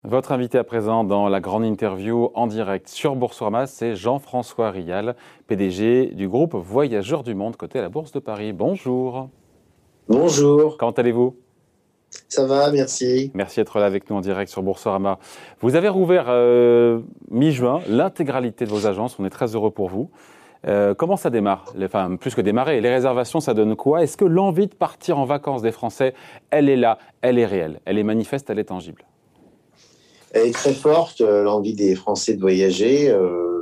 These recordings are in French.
Votre invité à présent dans la grande interview en direct sur Boursorama, c'est Jean-François Rial, PDG du groupe Voyageurs du Monde, coté à la Bourse de Paris. Bonjour. Bonjour. Comment allez-vous ? Ça va, merci. Merci d'être là avec nous en direct sur Boursorama. Vous avez rouvert mi-juin l'intégralité de vos agences, on est très heureux pour vous. Comment ça démarre ? Enfin, plus que démarrer, les réservations, ça donne quoi ? Est-ce que l'envie de partir en vacances des Français, elle est là, elle est réelle, elle est manifeste, elle est tangible ? Elle est très forte, l'envie des Français de voyager.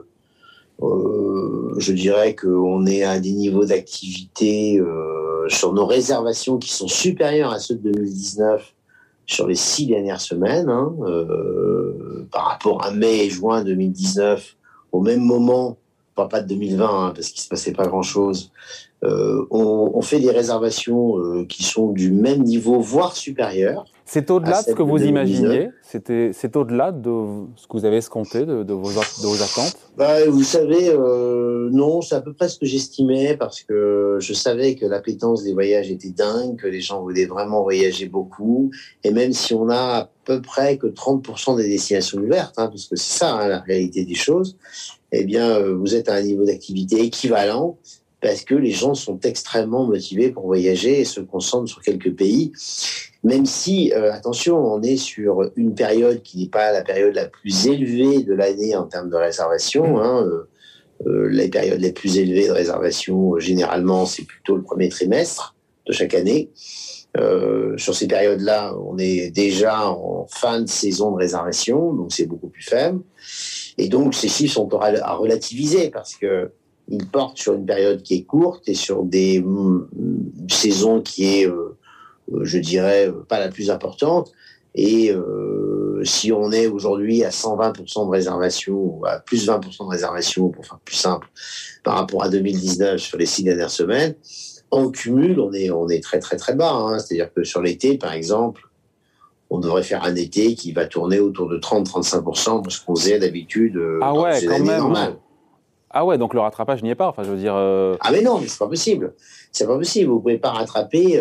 Je dirais qu'on est à des niveaux d'activité sur nos réservations qui sont supérieurs à ceux de 2019 sur les 6 dernières semaines. Par rapport à mai et juin 2019, au même moment, pas de 2020, parce qu'il ne se passait pas grand-chose, on fait des réservations qui sont du même niveau, voire supérieur. C'est au-delà de ce que vous imaginiez ? C'est au-delà de ce que vous avez escompté, de vos attentes ? Vous savez, non, c'est à peu près ce que j'estimais, parce que je savais que l'appétence des voyages était dingue, que les gens voulaient vraiment voyager beaucoup, et même si on a à peu près que 30% des destinations ouvertes, parce que c'est ça la réalité des choses, eh bien, vous êtes à un niveau d'activité équivalent, parce que les gens sont extrêmement motivés pour voyager et se concentrent sur quelques pays. Même si, attention, on est sur une période qui n'est pas la période la plus élevée de l'année en termes de réservation. Les périodes les plus élevées de réservation, généralement, c'est plutôt le premier trimestre de chaque année. Sur ces périodes-là, on est déjà en fin de saison de réservation, donc c'est beaucoup plus faible. Et donc, ces chiffres sont à relativiser parce que ils portent sur une période qui est courte et sur des saisons qui est, je dirais, pas la plus importante. Et si on est aujourd'hui à 120% de réservation, ou à plus 20% de réservation, pour faire plus simple, par rapport à 2019 sur les 6 dernières semaines, en cumul, on est très très très bas. C'est-à-dire que sur l'été, par exemple, on devrait faire un été qui va tourner autour de 30-35% de ce qu'on faisait d'habitude dans une année normale. Ah ouais, donc le rattrapage n'y est pas. Enfin, je veux dire. Ah mais non, mais c'est pas possible. C'est pas possible. Vous pouvez pas rattraper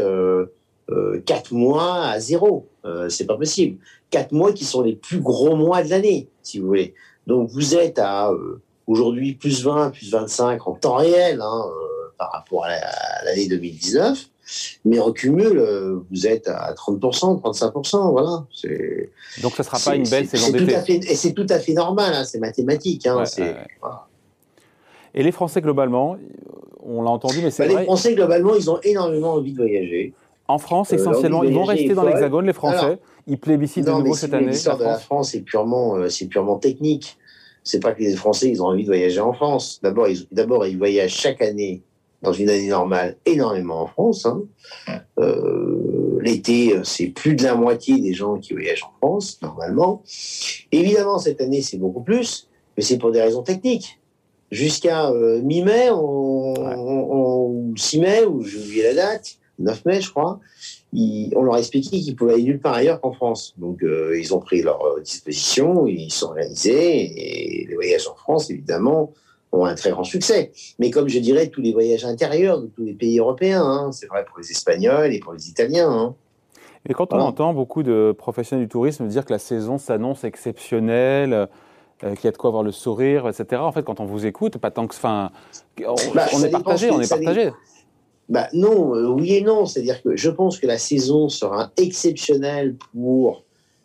4 mois à zéro. C'est pas possible. 4 mois qui sont les plus gros mois de l'année, si vous voulez. Donc vous êtes à aujourd'hui plus 20, plus 25 en temps réel par rapport à l'année 2019. Mais en cumul, vous êtes à 30%, 35%, voilà. Donc ce ne sera pas une belle saison d'été. Et c'est tout à fait normal, c'est mathématique. Voilà. Et les Français, globalement, on l'a entendu, mais c'est vrai... Les Français, globalement, ils ont énormément envie de voyager. En France, essentiellement, ils vont rester dans l'Hexagone, les Français. Alors, ils plébiscitent de nouveau cette année. L'histoire de la France, c'est purement technique. C'est pas que les Français, ils ont envie de voyager en France. D'abord, ils voyagent chaque année, dans une année normale, énormément en France. L'été, c'est plus de la moitié des gens qui voyagent en France, normalement. Évidemment, cette année, c'est beaucoup plus, mais c'est pour des raisons techniques. Jusqu'à mi-mai, 6 mai, ou j'ai oublié la date, 9 mai, je crois, on leur a expliqué qu'ils pouvaient aller nulle part ailleurs qu'en France. Donc, ils ont pris leurs dispositions, ils sont organisés, et les voyages en France, évidemment, ont un très grand succès. Mais comme je dirais, tous les voyages intérieurs de tous les pays européens, c'est vrai pour les Espagnols et pour les Italiens. Et quand on entend beaucoup de professionnels du tourisme dire que la saison s'annonce exceptionnelle, qu'il y a de quoi avoir le sourire, etc. En fait, quand on vous écoute, pas tant que... on est partagé. Non, oui et non. C'est-à-dire que je pense que la saison sera exceptionnelle pour,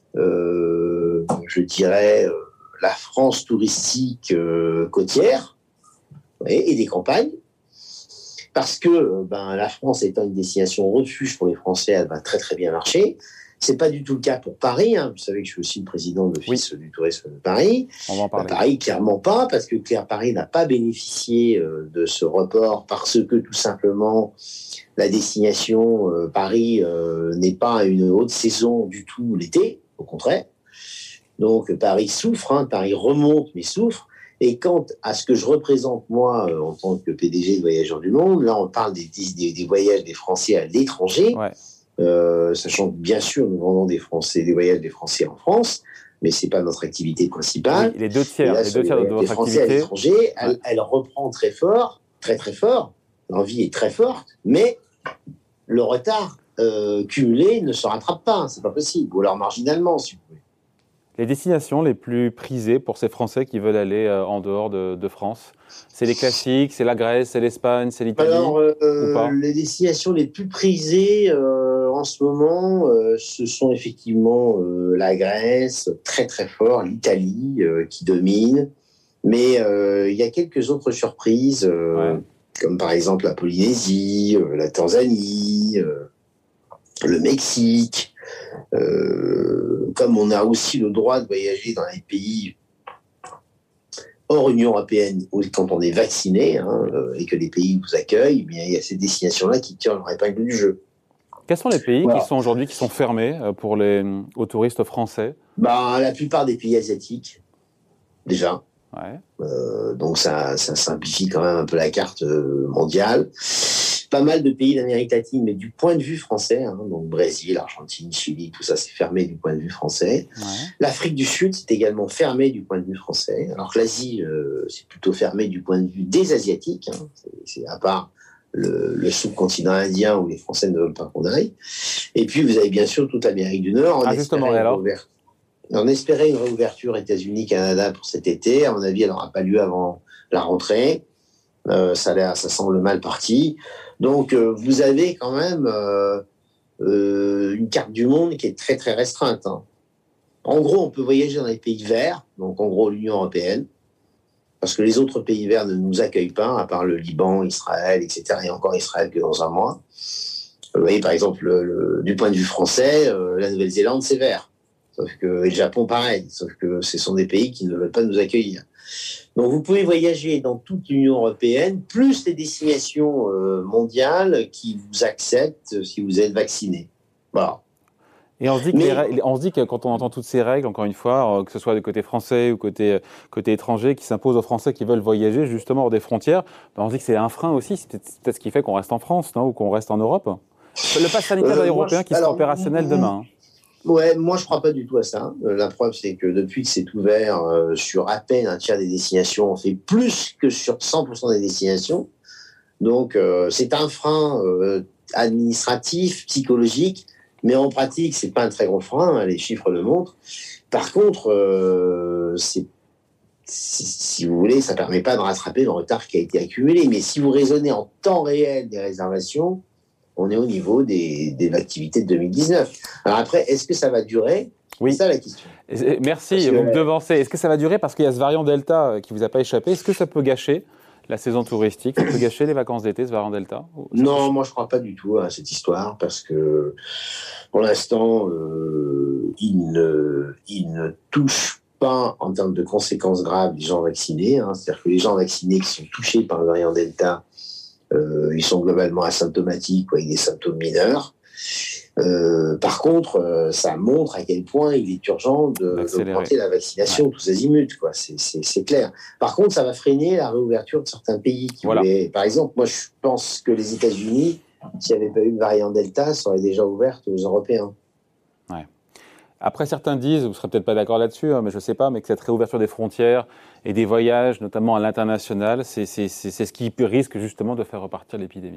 je dirais, la France touristique côtière et des campagnes. Parce que la France étant une destination refuge pour les Français, elle va très très bien marcher. C'est pas du tout le cas pour Paris. Vous savez que je suis aussi le président de l'Office du tourisme de Paris. On va en parler. Paris, clairement pas, parce que Paris n'a pas bénéficié de ce report parce que tout simplement la destination Paris n'est pas à une haute saison du tout l'été, au contraire. Donc Paris souffre, Paris remonte mais souffre. Et quant à ce que je représente moi en tant que PDG de Voyageurs du Monde, là on parle des voyages des Français à l'étranger. Ouais. Sachant que bien sûr nous vendons des voyages des Français en France, mais c'est pas notre activité principale. Oui, les deux tiers de votre Français activité. À l'étranger, elle reprend très fort, très très fort. L'envie est très forte, mais le retard cumulé ne se rattrape pas. C'est pas possible, ou alors marginalement, si vous voulez. Les destinations les plus prisées pour ces Français qui veulent aller en dehors de France, c'est les classiques, c'est la Grèce, c'est l'Espagne, c'est l'Italie ou pas? Les destinations les plus prisées en ce moment, ce sont effectivement la Grèce, très très fort, l'Italie qui domine, mais il y a quelques autres surprises, comme par exemple la Polynésie, la Tanzanie, le Mexique. Comme on a aussi le droit de voyager dans les pays hors Union européenne quand on est vacciné et que les pays vous accueillent, eh bien, il y a ces destinations-là qui tirent leur épingle du jeu. Quels sont les pays qui sont aujourd'hui fermés aux touristes français? La plupart des pays asiatiques, déjà. Ouais. Donc ça simplifie quand même un peu la carte mondiale. Pas mal de pays d'Amérique latine, mais du point de vue français, donc Brésil, Argentine, Chili, tout ça c'est fermé du point de vue français. Ouais. L'Afrique du Sud c'est également fermé du point de vue français, alors que l'Asie c'est plutôt fermé du point de vue des Asiatiques, c'est à part le sous-continent indien où les Français ne veulent pas qu'on aille. Et puis vous avez bien sûr toute l'Amérique du Nord. On espérait une réouverture États-Unis, Canada pour cet été. À mon avis, elle n'aura pas lieu avant la rentrée. Ça semble mal parti. Donc, vous avez quand même une carte du monde qui est très, très restreinte. En gros, on peut voyager dans les pays verts, donc en gros l'Union européenne, parce que les autres pays verts ne nous accueillent pas, à part le Liban, Israël, etc. Et encore Israël que dans un mois. Vous voyez, par exemple, du point de vue français, la Nouvelle-Zélande, c'est vert. Et le Japon, pareil. Sauf que ce sont des pays qui ne veulent pas nous accueillir. Donc, vous pouvez voyager dans toute l'Union européenne, plus les destinations mondiales qui vous acceptent si vous êtes vacciné. Voilà. Et on se dit que quand on entend toutes ces règles, encore une fois, que ce soit du côté français ou côté étranger, qui s'imposent aux Français qui veulent voyager justement hors des frontières, on se dit que c'est un frein aussi. C'est peut-être ce qui fait qu'on reste en France, non, ou qu'on reste en Europe. Le pass sanitaire européen qui sera opérationnel demain. Ouais, moi je crois pas du tout à ça. La preuve, c'est que depuis que c'est ouvert sur à peine un tiers des destinations, on fait plus que sur 100% des destinations. Donc c'est un frein administratif, psychologique, mais en pratique, c'est pas un très gros frein. Les chiffres le montrent. Par contre, si vous voulez, ça permet pas de rattraper le retard qui a été accumulé. Mais si vous raisonnez en temps réel des réservations, on est au niveau des activités de 2019. Alors après, est-ce que ça va durer ? Oui. C'est ça la question. Merci, vous me devancez. Est-ce que ça va durer parce qu'il y a ce variant Delta qui ne vous a pas échappé ? Est-ce que ça peut gâcher la saison touristique ? Ça peut gâcher les vacances d'été, ce variant Delta ? Non, moi je ne crois pas du tout à cette histoire parce que pour l'instant, il ne touche pas en termes de conséquences graves les gens vaccinés. C'est-à-dire que les gens vaccinés qui sont touchés par le variant Delta, ils sont globalement asymptomatiques ou avec des symptômes mineurs. Par contre, ça montre à quel point il est urgent d'augmenter la vaccination tous azimuts, quoi. C'est clair. Par contre, ça va freiner la réouverture de certains pays qui voulaient. Par exemple, moi, je pense que les États-Unis, s'il n'y avait pas eu de variant Delta, seraient déjà ouvertes aux Européens. Ouais. Après, certains disent, vous ne serez peut-être pas d'accord là-dessus, mais je ne sais pas, mais que cette réouverture des frontières et des voyages, notamment à l'international, c'est ce qui risque justement de faire repartir l'épidémie.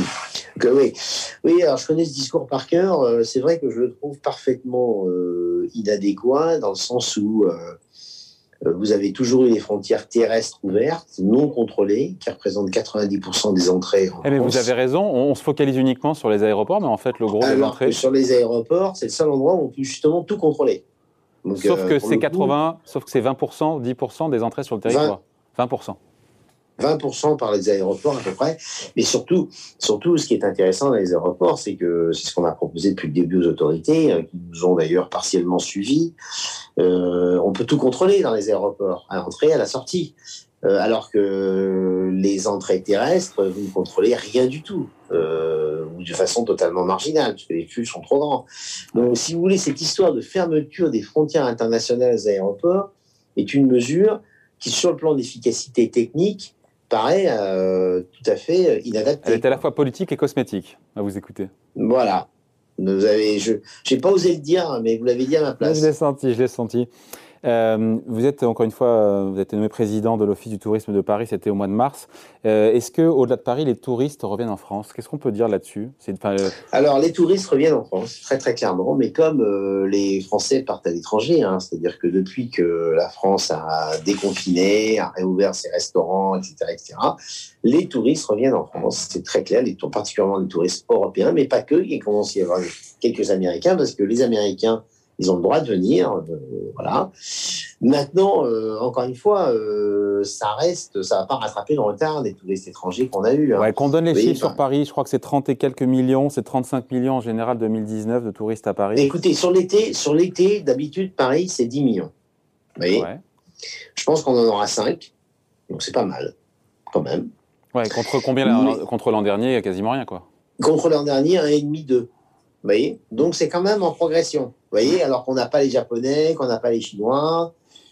Oui, alors je connais ce discours par cœur. C'est vrai que je le trouve parfaitement inadéquat dans le sens où vous avez toujours eu les frontières terrestres ouvertes, non contrôlées, qui représentent 90% des entrées en France. Mais vous avez raison, on se focalise uniquement sur les aéroports, mais en fait, le gros des entrées... sur les aéroports, c'est le seul endroit où on peut justement tout contrôler. Donc, sauf que c'est 20%, 10% des entrées sur le territoire. 20%. 20% par les aéroports à peu près. Mais surtout, ce qui est intéressant dans les aéroports, c'est que c'est ce qu'on a proposé depuis le début aux autorités, qui nous ont d'ailleurs partiellement suivis. On peut tout contrôler dans les aéroports, à l'entrée, à la sortie. Alors que les entrées terrestres, vous ne contrôlez rien du tout, ou de façon totalement marginale, parce que les flux sont trop grands. Donc, si vous voulez, cette histoire de fermeture des frontières internationales aux aéroports est une mesure qui, sur le plan d'efficacité technique, paraît tout à fait inadaptée. Elle est à la fois politique et cosmétique, à vous écouter. Voilà. Je n'ai pas osé le dire, mais vous l'avez dit à ma place. Je l'ai senti. Vous êtes encore une fois, vous êtes nommé président de l'Office du tourisme de Paris, c'était au mois de mars. Est-ce qu'au-delà de Paris, les touristes reviennent en France? Qu'est-ce qu'on peut dire là-dessus? Alors, les touristes reviennent en France, très très clairement, mais comme les Français partent à l'étranger, hein, c'est-à-dire que depuis que la France a déconfiné, a réouvert ses restaurants, etc., les touristes reviennent en France, c'est très clair, particulièrement les touristes européens, mais pas que, il commence à y avoir quelques Américains, parce que les Américains, ils ont le droit de venir, voilà. Maintenant, encore une fois, ça va pas rattraper le retard des touristes étrangers qu'on a eu. Hein. Ouais, qu'on donne les chiffres sur Paris, je crois que c'est 30 et quelques millions, c'est 35 millions en général 2019 de touristes à Paris. Écoutez, sur l'été, d'habitude, Paris, c'est 10 millions. Vous voyez, je pense qu'on en aura 5, donc c'est pas mal, quand même. Ouais, contre combien contre l'an dernier, il y a quasiment rien, quoi. Contre l'an dernier, 1,5, 2. Vous voyez, donc c'est quand même en progression. Vous voyez, alors qu'on n'a pas les Japonais, qu'on n'a pas les Chinois,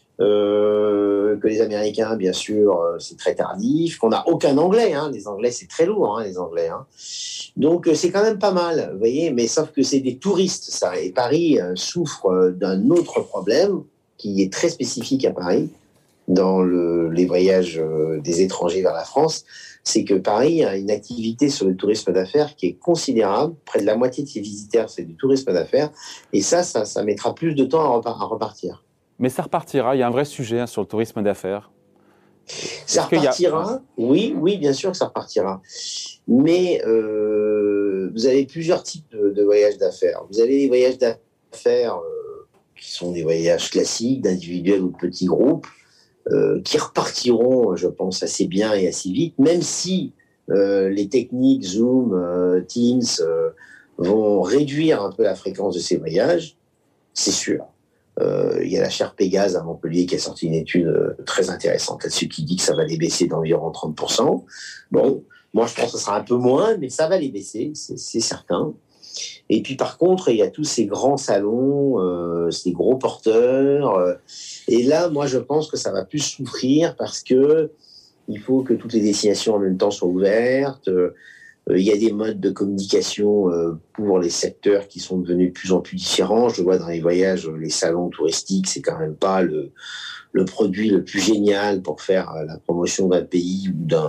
que les Américains, bien sûr, c'est très tardif, qu'on n'a aucun Anglais. Hein. Les Anglais, c'est très lourd, hein, les Anglais. Hein. Donc c'est quand même pas mal, vous voyez, mais sauf que c'est des touristes, ça. Et Paris souffre d'un autre problème qui est très spécifique à Paris, dans les voyages des étrangers vers la France, c'est que Paris a une activité sur le tourisme d'affaires qui est considérable. Près de la moitié de ses visiteurs, c'est du tourisme d'affaires. Et ça mettra plus de temps à repartir. Mais ça repartira. Il y a un vrai sujet hein, sur le tourisme d'affaires. Ça repartira. Oui, bien sûr que ça repartira. Mais vous avez plusieurs types de voyages d'affaires. Vous avez les voyages d'affaires qui sont des voyages classiques, d'individuels ou de petits groupes, qui repartiront, je pense, assez bien et assez vite, même si les techniques Zoom, Teams vont réduire un peu la fréquence de ces voyages, c'est sûr. Il y a la chaire Pégase à Montpellier qui a sorti une étude très intéressante là-dessus qui dit que ça va les baisser d'environ 30%. Bon, moi je pense que ce sera un peu moins, mais ça va les baisser, c'est certain. Et puis par contre, il y a tous ces grands salons, ces gros porteurs. Et là, moi, je pense que ça va plus souffrir parce que il faut que toutes les destinations en même temps soient ouvertes. Il y a des modes de communication pour les secteurs qui sont devenus de plus en plus différents. Je vois dans les voyages, les salons touristiques, c'est quand même pas le produit le plus génial pour faire la promotion d'un pays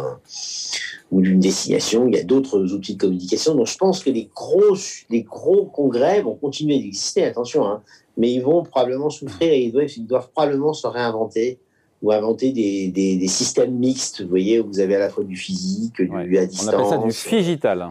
ou d'une destination. Il y a d'autres outils de communication. Donc, je pense que les gros congrès vont continuer d'exister, attention, hein, mais ils vont probablement souffrir et ils doivent probablement se réinventer ou inventer des systèmes mixtes, vous voyez, où vous avez à la fois du physique, du à distance. On appelle ça du figital.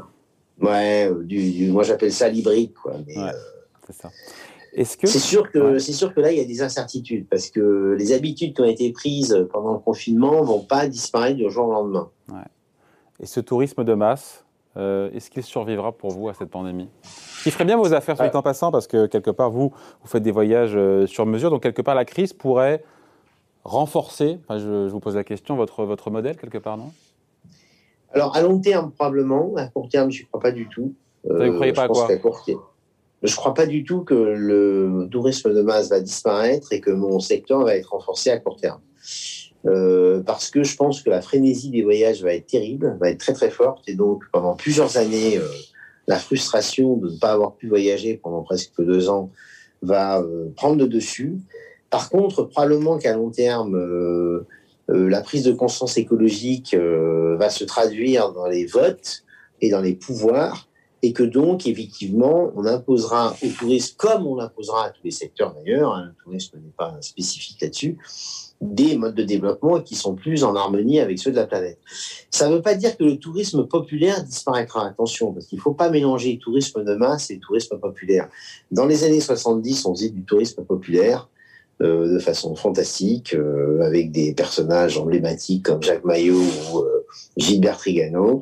Ouais, moi j'appelle ça l'hybride, quoi. Mais, c'est ça. C'est sûr que là, il y a des incertitudes parce que les habitudes qui ont été prises pendant le confinement ne vont pas disparaître du jour au lendemain. Ouais. Et ce tourisme de masse, est-ce qu'il survivra pour vous à cette pandémie? Ce qui ferait bien vos affaires, soit en passant, parce que quelque part, vous faites des voyages sur mesure, donc quelque part, la crise pourrait renforcer, je vous pose la question, votre modèle, quelque part, non? Alors, à long terme, probablement. À court terme, je ne crois pas du tout. Vous ne croyez pas à quoi? Je ne crois pas du tout que le tourisme de masse va disparaître et que mon secteur va être renforcé à court terme. Parce que je pense que la frénésie des voyages va être terrible, va être très très forte. Et donc, pendant plusieurs années, la frustration de ne pas avoir pu voyager pendant presque 2 ans va prendre le dessus. Par contre, probablement qu'à long terme, la prise de conscience écologique va se traduire dans les votes et dans les pouvoirs, et que donc, effectivement, on imposera aux touristes, comme on l'imposera à tous les secteurs d'ailleurs, hein, le tourisme n'est pas spécifique là-dessus, des modes de développement qui sont plus en harmonie avec ceux de la planète. Ça ne veut pas dire que le tourisme populaire disparaîtra, attention, parce qu'il ne faut pas mélanger tourisme de masse et tourisme populaire. Dans les années 70, on faisait du tourisme populaire, de façon fantastique, avec des personnages emblématiques comme Jacques Maillot ou Gilbert Trigano.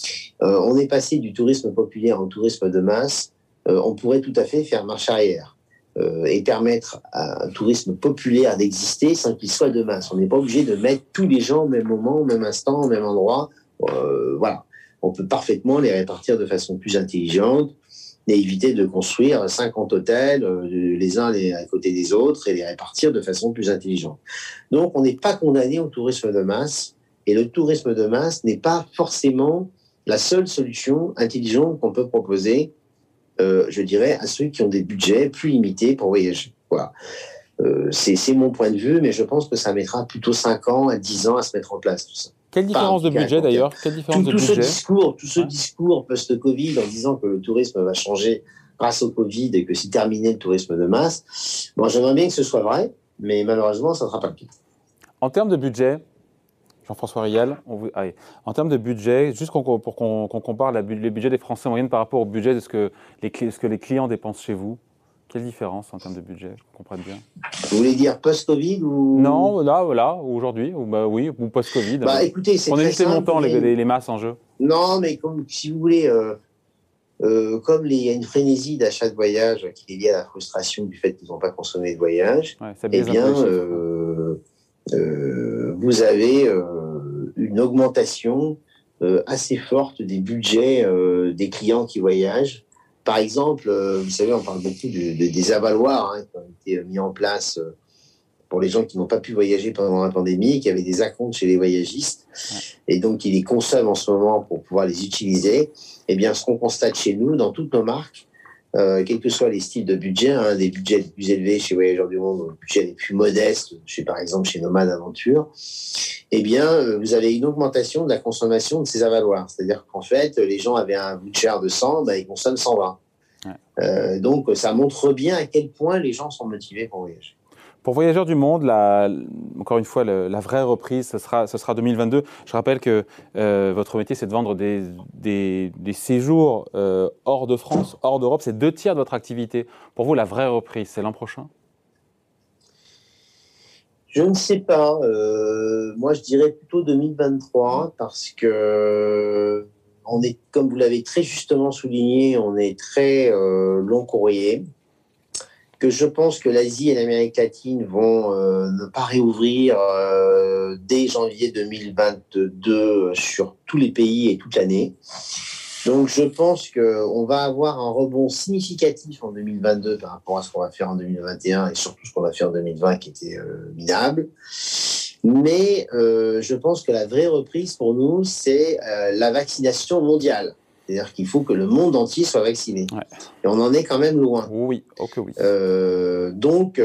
On est passé du tourisme populaire au tourisme de masse. On pourrait tout à fait faire marche arrière et permettre à un tourisme populaire d'exister sans qu'il soit de masse. On n'est pas obligé de mettre tous les gens au même moment, au même instant, au même endroit. Voilà. On peut parfaitement les répartir de façon plus intelligente et éviter de construire 50 hôtels les uns à côté des autres et les répartir de façon plus intelligente. Donc, on n'est pas condamné au tourisme de masse, et le tourisme de masse n'est pas forcément la seule solution intelligente qu'on peut proposer, je dirais, à ceux qui ont des budgets plus limités pour voyager. Voilà. C'est mon point de vue, mais je pense que ça mettra plutôt 5 ans à 10 ans à se mettre en place, tout ça. Quelle différence de budget d'ailleurs? Quelle différence de budget? Tout ce discours post-Covid en disant que le tourisme va changer grâce au Covid et que c'est terminé le tourisme de masse. Bon, j'aimerais bien que ce soit vrai, mais malheureusement, ça ne sera pas le cas. En termes de budget, Jean-François Rial, en termes de budget, juste pour qu'on compare les budgets des Français en moyenne par rapport au budget de ce que les clients dépensent chez vous, quelle différence en termes de budget, qu'on comprenne bien? Vous voulez dire post-Covid ou... Non, là, aujourd'hui, oui, ou post-Covid. Écoutez, c'est on très a juste les montants, les masses en jeu. Non, mais si vous voulez, comme il y a une frénésie d'achat de voyage qui est liée à la frustration du fait qu'ils n'ont pas consommé de voyage, vous avez une augmentation assez forte des budgets des clients qui voyagent. Par exemple, vous savez, on parle beaucoup des avaloirs qui ont été mis en place pour les gens qui n'ont pas pu voyager pendant la pandémie, qui avaient des acomptes chez les voyagistes, et donc qui les consomment en ce moment pour pouvoir les utiliser. Eh bien, ce qu'on constate chez nous, dans toutes nos marques, quels que soient les styles de budget, des budgets les plus élevés chez Voyageurs du Monde, des budgets les plus modestes, par exemple chez Nomade Aventure, eh bien, vous avez une augmentation de la consommation de ces avaloirs. C'est-à-dire qu'en fait, les gens avaient un voucher de 100, ils consomment 120. Ouais. Donc, ça montre bien à quel point les gens sont motivés pour voyager. Pour Voyageurs du Monde, encore une fois, la vraie reprise, ce sera 2022. Je rappelle que votre métier, c'est de vendre des séjours hors de France, hors d'Europe. C'est 2/3 de votre activité. Pour vous, la vraie reprise, c'est l'an prochain? Je ne sais pas. Moi, je dirais plutôt 2023 parce que on est, comme vous l'avez très justement souligné, on est très long courrier. Que je pense que l'Asie et l'Amérique latine vont ne pas réouvrir dès janvier 2022 sur tous les pays et toute l'année. Donc, je pense qu'on va avoir un rebond significatif en 2022 par rapport à ce qu'on va faire en 2021 et surtout ce qu'on va faire en 2020 qui était minable. Mais je pense que la vraie reprise pour nous, c'est la vaccination mondiale. C'est-à-dire qu'il faut que le monde entier soit vacciné. Ouais. Et on en est quand même loin. Oui, ok, oui. Donc,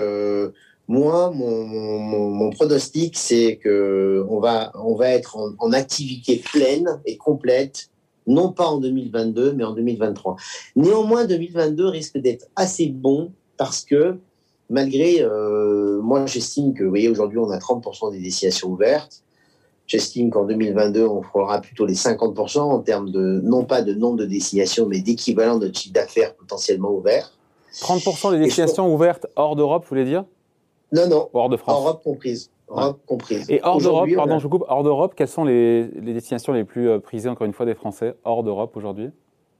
moi, mon pronostic, c'est qu'on va être en activité pleine et complète, non pas en 2022, mais en 2023. Néanmoins, 2022 risque d'être assez bon parce que, malgré, moi, j'estime que, vous voyez, aujourd'hui, on a 30% des destinations ouvertes. J'estime qu'en 2022, on fera plutôt les 50% en termes de, non pas de nombre de destinations, mais d'équivalent de chiffre d'affaires potentiellement ouvert. 30% des destinations ouvertes hors d'Europe, vous voulez dire? Non. Hors de France. Europe comprise. Europe comprise. Et hors d'Europe, pardon, je vous coupe, hors d'Europe, quelles sont les destinations les plus prisées, encore une fois, des Français hors d'Europe aujourd'hui?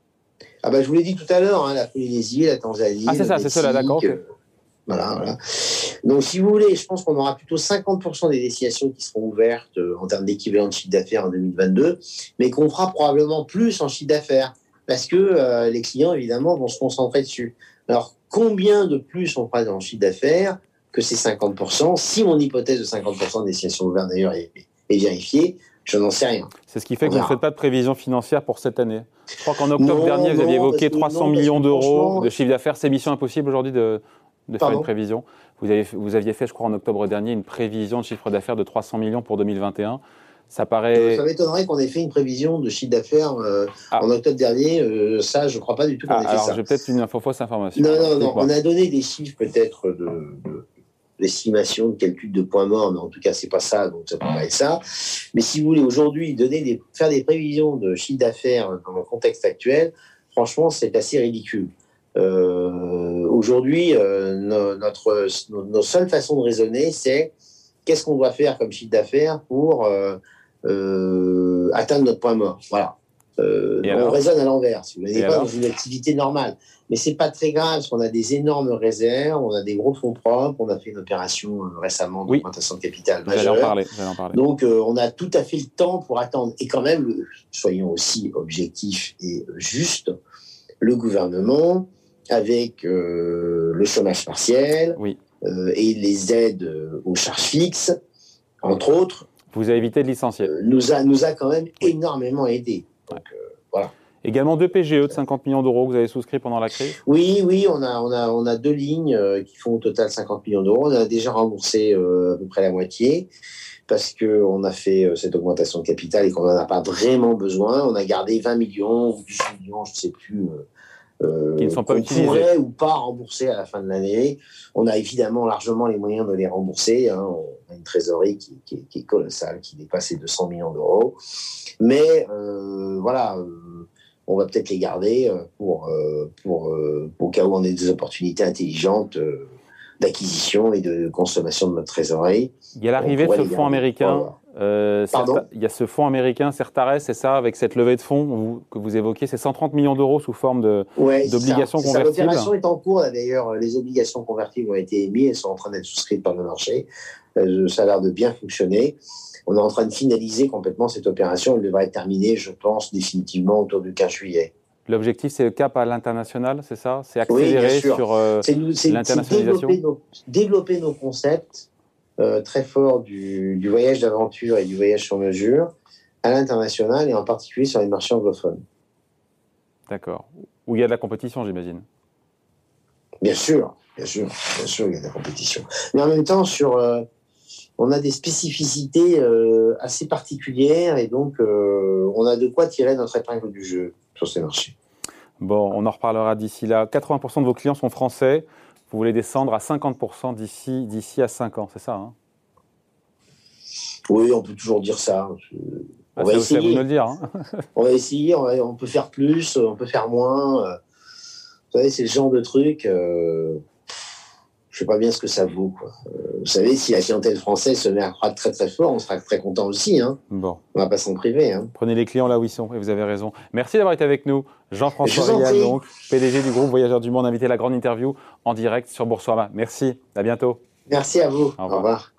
Je vous l'ai dit tout à l'heure, la Polynésie, la Tanzanie. Ah, c'est ça, c'est cela, d'accord. Okay. Voilà. Donc, si vous voulez, je pense qu'on aura plutôt 50% des destinations qui seront ouvertes en termes d'équivalent de chiffre d'affaires en 2022, mais qu'on fera probablement plus en chiffre d'affaires parce que les clients, évidemment, vont se concentrer dessus. Alors, combien de plus on fera en chiffre d'affaires que ces 50%? Si mon hypothèse de 50% des destinations ouvertes, d'ailleurs, est vérifiée, je n'en sais rien. C'est ce qui fait que vous ne faites pas de prévision financière pour cette année. Je crois qu'en octobre dernier, vous aviez évoqué 300 millions d'euros de chiffre d'affaires. C'est mission impossible aujourd'hui de faire une prévision. Vous aviez fait, je crois, en octobre dernier, une prévision de chiffre d'affaires de 300 millions pour 2021. Ça paraît... Ça m'étonnerait qu'on ait fait une prévision de chiffre d'affaires en octobre dernier. Ça, je ne crois pas du tout qu'on ait fait ça. Alors, j'ai peut-être une fausse information. Non. On a donné des chiffres peut-être l'estimation de calcul de points morts, mais en tout cas, c'est pas ça, donc ça peut pas être ça. Mais si vous voulez, aujourd'hui, faire des prévisions de chiffre d'affaires dans le contexte actuel, franchement, c'est assez ridicule. Aujourd'hui, nos seules façons de raisonner, c'est qu'est-ce qu'on doit faire comme chiffre d'affaires pour atteindre notre point mort. Voilà. On raisonne à l'envers, si vous voulez, pas dans une activité normale. Mais c'est pas très grave, parce qu'on a des énormes réserves, on a des gros fonds propres, on a fait une opération récemment d'augmentation de capital majeure. J'allais en parler. Donc, on a tout à fait le temps pour attendre. Et quand même, soyons aussi objectifs et justes, le gouvernement, avec le chômage partiel et les aides aux charges fixes, entre autres, vous avez évité de licencier. Nous a quand même énormément aidés. Donc, voilà. Également 2 PGE de 50 millions d'euros que vous avez souscrits pendant la crise. Oui, on a 2 lignes qui font au total 50 millions d'euros. On a déjà remboursé à peu près la moitié parce qu'on a fait cette augmentation de capital et qu'on n'en a pas vraiment besoin. On a gardé 20 millions ou 18 millions, je ne sais plus, Qui ne sont pas qu'on utilisés. pourrait ou pas rembourser à la fin de l'année. On a évidemment largement les moyens de les rembourser. Hein. On a une trésorerie qui est colossale, qui dépasse les 200 millions d'euros. Mais voilà, on va peut-être les garder pour au cas où on ait des opportunités intelligentes d'acquisition et de consommation de notre trésorerie. Il y a l'arrivée de ce fonds américain. Pardon ? Il y a ce fonds américain, Certares, c'est ça, avec cette levée de fonds que vous évoquez, c'est 130 millions d'euros sous forme d'obligations convertibles. L'opération est en cours, d'ailleurs, les obligations convertibles ont été émises, elles sont en train d'être souscrites par le marché. Ça a l'air de bien fonctionner. On est en train de finaliser complètement cette opération. Elle devrait être terminée, je pense, définitivement autour du 15 juillet. L'objectif, c'est le cap à l'international, c'est ça? C'est accélérer sur l'internationalisation? Développer nos concepts très forts du voyage d'aventure et du voyage sur mesure à l'international et en particulier sur les marchés anglophones. D'accord. Où il y a de la compétition, j'imagine. Bien sûr, il y a de la compétition. Mais en même temps, on a des spécificités assez particulières et donc on a de quoi tirer notre épingle du jeu sur ces marchés. Bon, on en reparlera d'ici là. 80% de vos clients sont français. Vous voulez descendre à 50% d'ici à 5 ans, c'est ça, hein? Oui, on peut toujours dire ça. On va essayer. C'est à vous de me le dire. Hein. On va essayer, on peut faire plus, on peut faire moins. Vous savez, c'est le genre de truc... je ne sais pas bien ce que ça vaut, quoi. Vous savez, si la clientèle française se met à croître très très fort, on sera très content aussi. Hein. Bon. On ne va pas s'en priver. Hein. Prenez les clients là où ils sont, et vous avez raison. Merci d'avoir été avec nous. Jean-François Rial, donc, PDG du groupe Voyageurs du Monde, invité à la grande interview en direct sur Boursorama. Merci, à bientôt. Merci à vous. Au revoir.